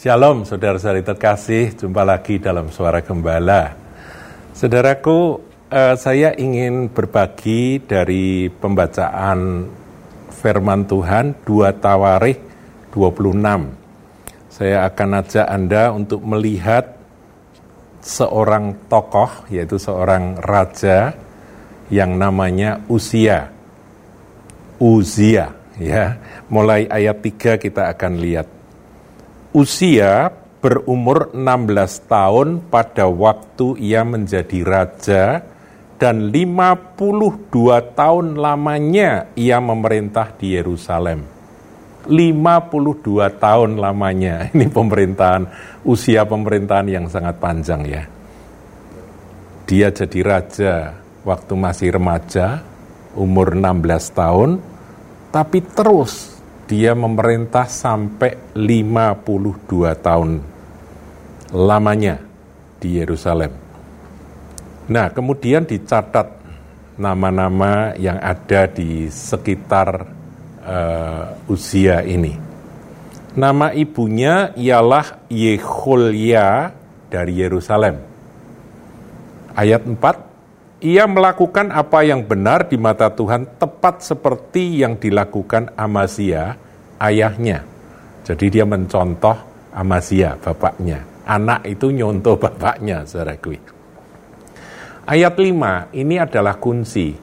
Shalom saudara-saudari terkasih, jumpa lagi dalam Suara Gembala. Saudaraku, saya ingin berbagi dari pembacaan firman Tuhan 2 Tawarikh 26. Saya akan ajak Anda untuk melihat seorang tokoh, yaitu seorang raja yang namanya Uzia, ya. Mulai ayat 3 kita akan lihat. Uzia berumur 16 tahun pada waktu ia menjadi raja, dan 52 tahun lamanya ia memerintah di Yerusalem. 52 tahun lamanya, ini pemerintahan, usia pemerintahan yang sangat panjang ya. Dia jadi raja waktu masih remaja, umur 16 tahun, tapi terus dia memerintah sampai 52 tahun lamanya di Yerusalem. Nah, kemudian dicatat nama-nama yang ada di sekitar Uzia ini. Nama ibunya ialah Yeholya dari Yerusalem. Ayat 4, ia melakukan apa yang benar di mata Tuhan, tepat seperti yang dilakukan Amazia, ayahnya. Jadi dia mencontoh Amazia, bapaknya. Anak itu nyontoh bapaknya, saudaraku. Ayat 5, ini adalah kunci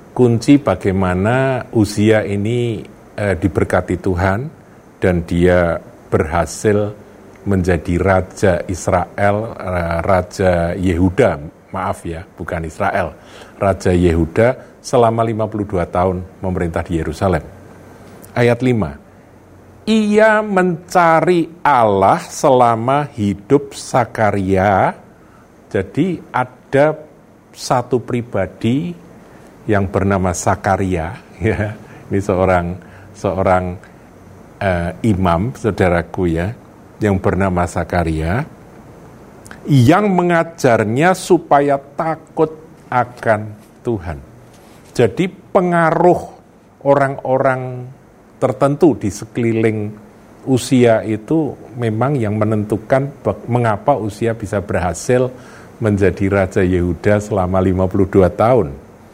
bagaimana Uzia ini diberkati Tuhan, dan dia berhasil menjadi Raja Israel, Raja Yehuda, maaf ya, bukan Israel, Raja Yehuda selama 52 tahun memerintah di Yerusalem. Ayat 5, ia mencari Allah selama hidup Sakaria. Jadi ada satu pribadi yang bernama Sakaria, ya. Ini seorang imam, saudaraku ya, yang bernama Sakaria, yang mengajarnya supaya takut akan Tuhan. Jadi pengaruh orang-orang tertentu di sekeliling Uzia itu memang yang menentukan mengapa Uzia bisa berhasil menjadi Raja Yehuda selama 52 tahun.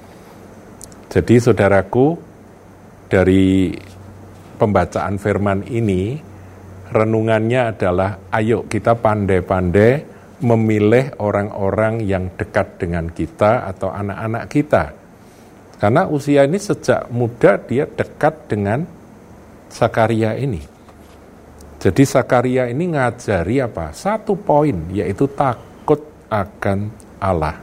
Jadi saudaraku, dari pembacaan firman ini, renungannya adalah ayo kita pandai-pandai memilih orang-orang yang dekat dengan kita atau anak-anak kita. Karena Uzia ini sejak muda dia dekat dengan Sakaria ini. Jadi Sakaria ini ngajari apa? Satu poin, yaitu takut akan Allah.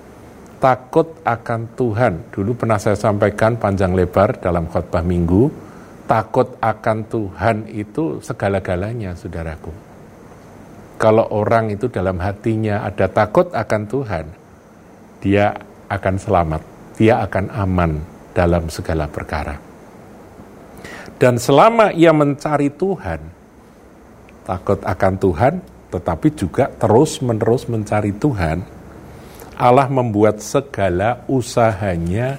Takut akan Tuhan. Dulu pernah saya sampaikan panjang lebar dalam khotbah minggu, takut akan Tuhan itu segala-galanya, saudaraku. Kalau orang itu dalam hatinya ada takut akan Tuhan, dia akan selamat, dia akan aman dalam segala perkara. Dan selama ia mencari Tuhan, takut akan Tuhan, tetapi juga terus-menerus mencari Tuhan, Allah membuat segala usahanya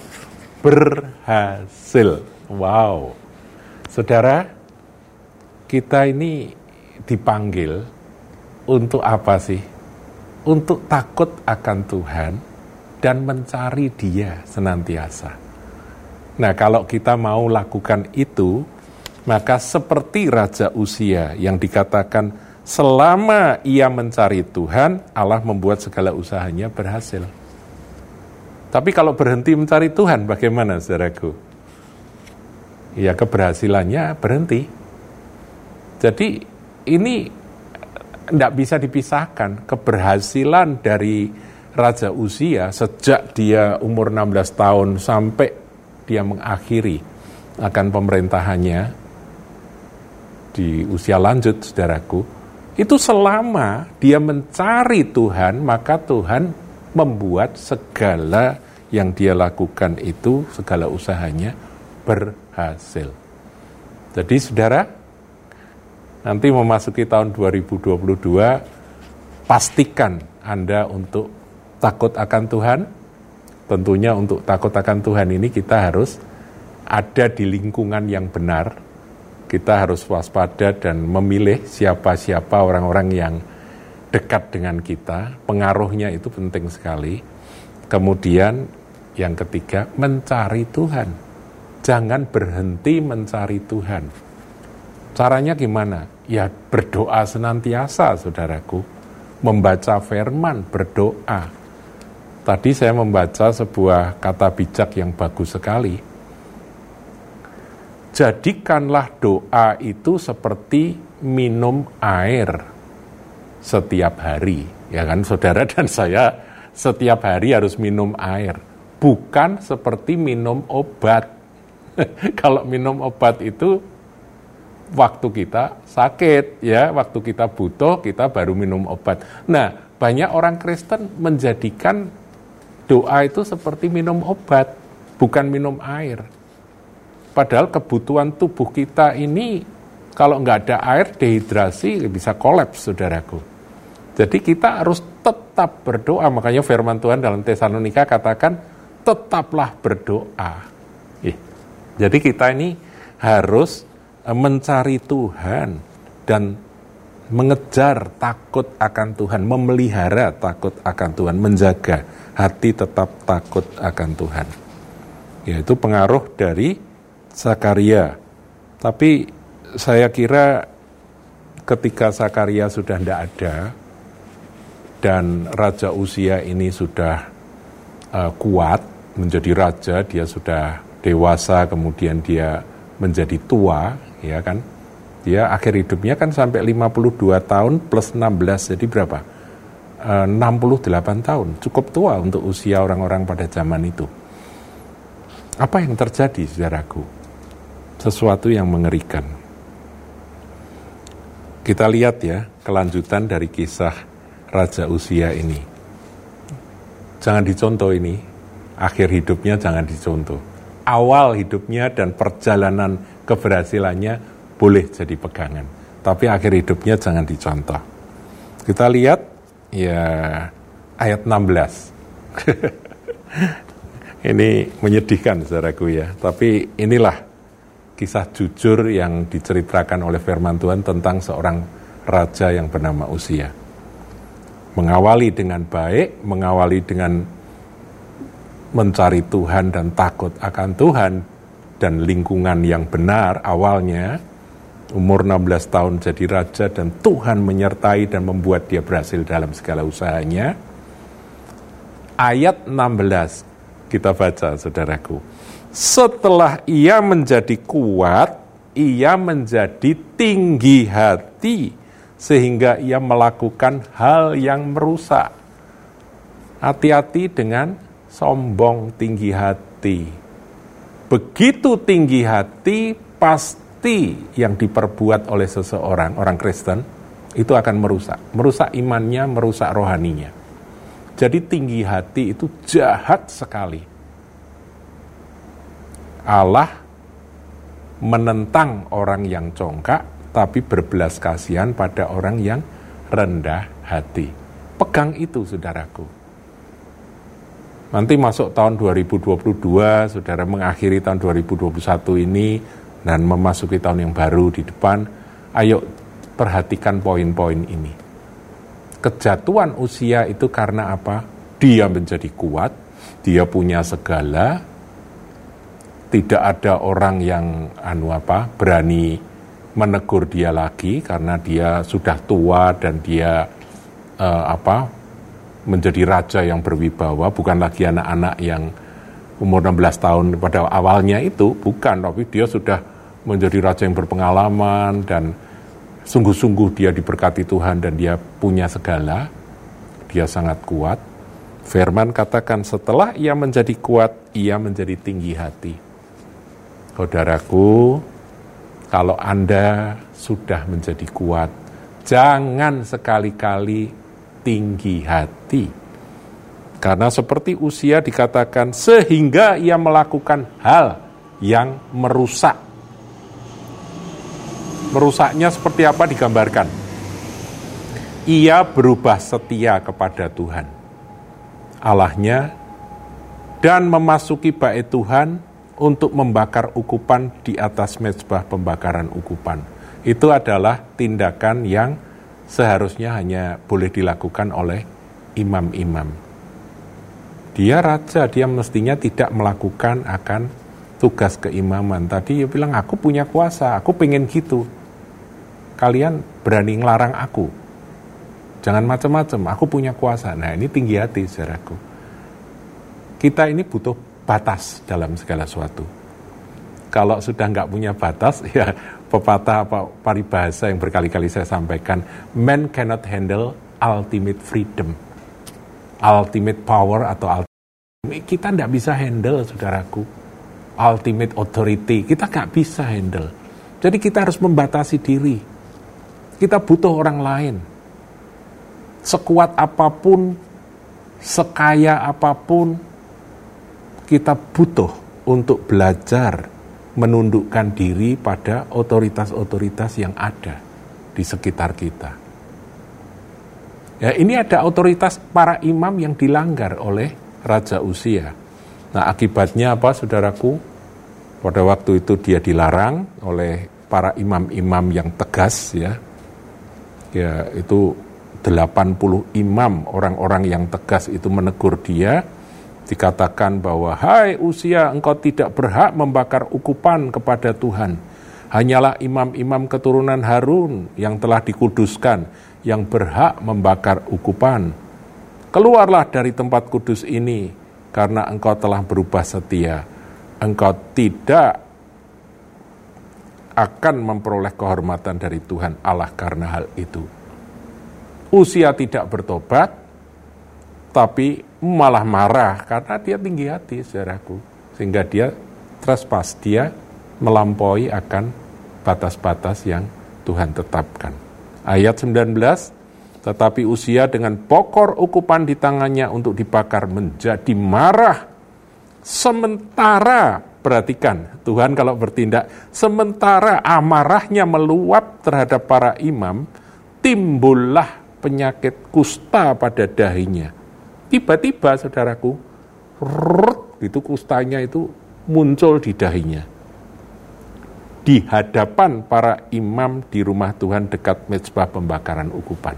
berhasil. Wow. Saudara, kita ini dipanggil untuk apa sih? Untuk takut akan Tuhan dan mencari Dia senantiasa. Nah, kalau kita mau lakukan itu, maka seperti Raja Uzia yang dikatakan selama ia mencari Tuhan, Allah membuat segala usahanya berhasil. Tapi kalau berhenti mencari Tuhan, bagaimana, saudaraku? Ya, keberhasilannya berhenti. Jadi ini tidak bisa dipisahkan. Keberhasilan dari Raja Uzia sejak dia umur 16 tahun sampai dia mengakhiri akan pemerintahannya di usia lanjut, saudaraku, itu selama dia mencari Tuhan, maka Tuhan membuat segala yang dia lakukan itu, segala usahanya berhasil. Jadi saudara, nanti memasuki tahun 2022, pastikan Anda untuk takut akan Tuhan. Tentunya untuk takut akan Tuhan ini kita harus ada di lingkungan yang benar, kita harus waspada dan memilih siapa-siapa orang-orang yang dekat dengan kita. Pengaruhnya itu penting sekali. Kemudian yang ketiga, mencari Tuhan. Jangan berhenti mencari Tuhan. Caranya gimana? Ya berdoa senantiasa, saudaraku. Membaca firman, berdoa. Tadi saya membaca sebuah kata bijak yang bagus sekali. Jadikanlah doa itu seperti minum air setiap hari. Ya kan, saudara dan saya setiap hari harus minum air. Bukan seperti minum obat. Kalau minum obat itu waktu kita sakit, ya, waktu kita butuh, kita baru minum obat. Nah, banyak orang Kristen menjadikan doa itu seperti minum obat, bukan minum air. Padahal kebutuhan tubuh kita ini, kalau nggak ada air, dehidrasi, bisa kolaps, saudaraku. Jadi kita harus tetap berdoa. Makanya firman Tuhan dalam Tesalonika katakan, tetaplah berdoa. Jadi kita ini harus mencari Tuhan dan mengejar takut akan Tuhan, memelihara takut akan Tuhan, menjaga hati tetap takut akan Tuhan. Yaitu pengaruh dari Zakaria. Tapi saya kira ketika Zakaria sudah tidak ada dan Raja Uzia ini sudah kuat menjadi raja, dia sudah dewasa, kemudian dia menjadi tua, ya kan? Dia akhir hidupnya kan sampai 52 tahun plus 16, jadi berapa? 68 tahun, cukup tua untuk usia orang-orang pada zaman itu. Apa yang terjadi, saudaraku? Sesuatu yang mengerikan. Kita lihat ya, kelanjutan dari kisah Raja Uzia ini. Jangan dicontoh ini, akhir hidupnya jangan dicontoh. Awal hidupnya dan perjalanan keberhasilannya boleh jadi pegangan. Tapi akhir hidupnya jangan dicontoh. Kita lihat ya ayat 16. Ini menyedihkan, saudaraku ya. Tapi inilah kisah jujur yang diceritakan oleh firman Tuhan tentang seorang raja yang bernama Uzia. Mengawali dengan baik, mengawali dengan mencari Tuhan dan takut akan Tuhan dan lingkungan yang benar awalnya, umur 16 tahun jadi raja dan Tuhan menyertai dan membuat dia berhasil dalam segala usahanya. Ayat 16 kita baca, saudaraku. Setelah ia menjadi kuat, ia menjadi tinggi hati sehingga ia melakukan hal yang merusak. Hati-hati dengan sombong tinggi hati. Begitu tinggi hati, pasti yang diperbuat oleh seseorang, orang Kristen, itu akan merusak. Merusak imannya, merusak rohaninya. Jadi tinggi hati itu jahat sekali. Allah menentang orang yang congkak, tapi berbelas kasihan pada orang yang rendah hati. Pegang itu, saudaraku. Nanti masuk tahun 2022, saudara mengakhiri tahun 2021 ini, dan memasuki tahun yang baru di depan, ayo perhatikan poin-poin ini. Kejatuhan Uzia itu karena apa? Dia menjadi kuat, dia punya segala, tidak ada orang yang berani menegur dia lagi, karena dia sudah tua dan dia menjadi raja yang berwibawa, bukan lagi anak-anak yang umur 16 tahun pada awalnya itu, bukan, tapi dia sudah menjadi raja yang berpengalaman dan sungguh-sungguh dia diberkati Tuhan dan dia punya segala, dia sangat kuat. Firman katakan setelah ia menjadi kuat, ia menjadi tinggi hati. Saudaraku, kalau Anda sudah menjadi kuat, jangan sekali-kali tinggi hati. Karena seperti Uzia dikatakan, sehingga ia melakukan hal yang merusak. Merusaknya seperti apa digambarkan? Ia berubah setia kepada Tuhan Allahnya dan memasuki bait Tuhan untuk membakar ukupan di atas mezbah pembakaran ukupan. Itu adalah tindakan yang seharusnya hanya boleh dilakukan oleh imam-imam. Dia raja, dia mestinya tidak melakukan akan tugas keimaman. Tadi dia bilang, aku punya kuasa, aku pengen gitu. Kalian berani ngelarang aku. Jangan macam-macam, aku punya kuasa. Nah, ini tinggi hati, saudaraku. Kita ini butuh batas dalam segala sesuatu. Kalau sudah nggak punya batas, ya pepatah apa paribahasa yang berkali-kali saya sampaikan, man cannot handle ultimate freedom, ultimate power atau kita nggak bisa handle, saudaraku, ultimate authority, kita nggak bisa handle. Jadi kita harus membatasi diri. Kita butuh orang lain. Sekuat apapun, sekaya apapun, kita butuh untuk belajar menundukkan diri pada otoritas-otoritas yang ada di sekitar kita. Ya, ini ada otoritas para imam yang dilanggar oleh Raja Uzia. Nah, akibatnya apa, saudaraku? Pada waktu itu dia dilarang oleh para imam-imam yang tegas, ya. Ya, itu 80 imam, orang-orang yang tegas itu menegur dia, dikatakan bahwa, hai Uzia, engkau tidak berhak membakar ukupan kepada Tuhan. Hanyalah imam-imam keturunan Harun yang telah dikuduskan, yang berhak membakar ukupan. Keluarlah dari tempat kudus ini, karena engkau telah berubah setia. Engkau tidak akan memperoleh kehormatan dari Tuhan Allah karena hal itu. Uzia tidak bertobat, tapi malah marah karena dia tinggi hati, saudaraku. Sehingga dia trespass, dia melampaui akan batas-batas yang Tuhan tetapkan. Ayat 19, tetapi Uzia dengan pokor ukupan di tangannya untuk dibakar menjadi marah. Sementara, perhatikan, Tuhan kalau bertindak, sementara amarahnya meluap terhadap para imam, timbullah penyakit kusta pada dahinya. Tiba-tiba, saudaraku, itu kustanya itu muncul di dahinya. Di hadapan para imam di rumah Tuhan dekat mezbah pembakaran ukupan.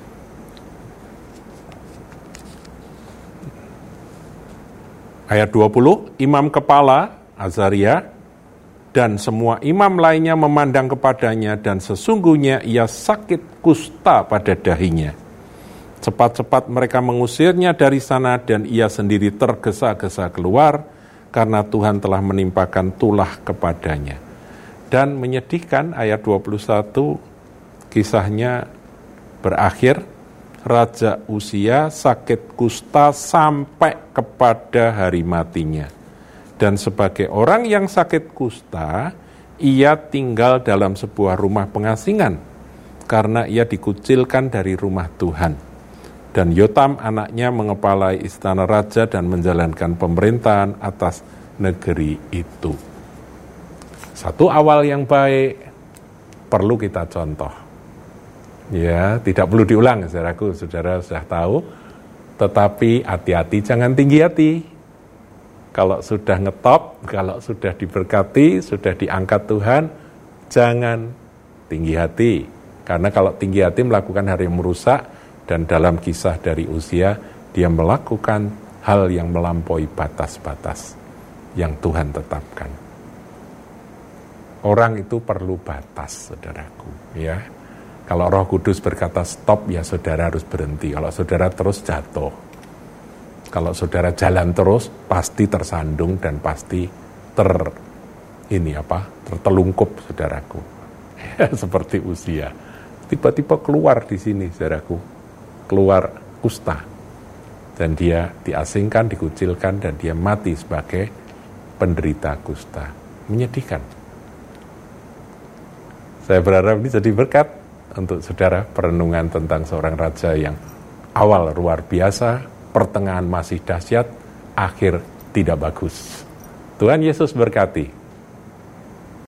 Ayat 20, imam kepala, Azaria, dan semua imam lainnya memandang kepadanya, dan sesungguhnya ia sakit kusta pada dahinya. Cepat-cepat mereka mengusirnya dari sana, dan ia sendiri tergesa-gesa keluar, karena Tuhan telah menimpakan tulah kepadanya. Dan menyedihkan, ayat 21, kisahnya berakhir, Raja Uzia sakit kusta sampai kepada hari matinya. Dan sebagai orang yang sakit kusta, ia tinggal dalam sebuah rumah pengasingan, karena ia dikucilkan dari rumah Tuhan. Dan Yotam anaknya mengepalai istana raja dan menjalankan pemerintahan atas negeri itu. Satu awal yang baik perlu kita contoh. Ya, tidak perlu diulang, saudaraku, saudara sudah tahu. Tetapi hati-hati, jangan tinggi hati. Kalau sudah ngetop, kalau sudah diberkati, sudah diangkat Tuhan, jangan tinggi hati. Karena kalau tinggi hati melakukan hal yang merusak, dan dalam kisah dari Uzia, dia melakukan hal yang melampaui batas-batas yang Tuhan tetapkan. Orang itu perlu batas, saudaraku, ya. Kalau Roh Kudus berkata stop, ya saudara harus berhenti. Kalau saudara terus jatuh. Kalau saudara jalan terus, pasti tersandung dan pasti tertelungkup, saudaraku. Seperti Uzia. Tiba-tiba keluar di sini, saudaraku. Keluar kusta. Dan dia diasingkan, dikucilkan, dan dia mati sebagai penderita kusta. Menyedihkan. Saya berharap ini jadi berkat untuk saudara, perenungan tentang seorang raja yang awal luar biasa, pertengahan masih dahsyat, akhir tidak bagus. Tuhan Yesus berkati.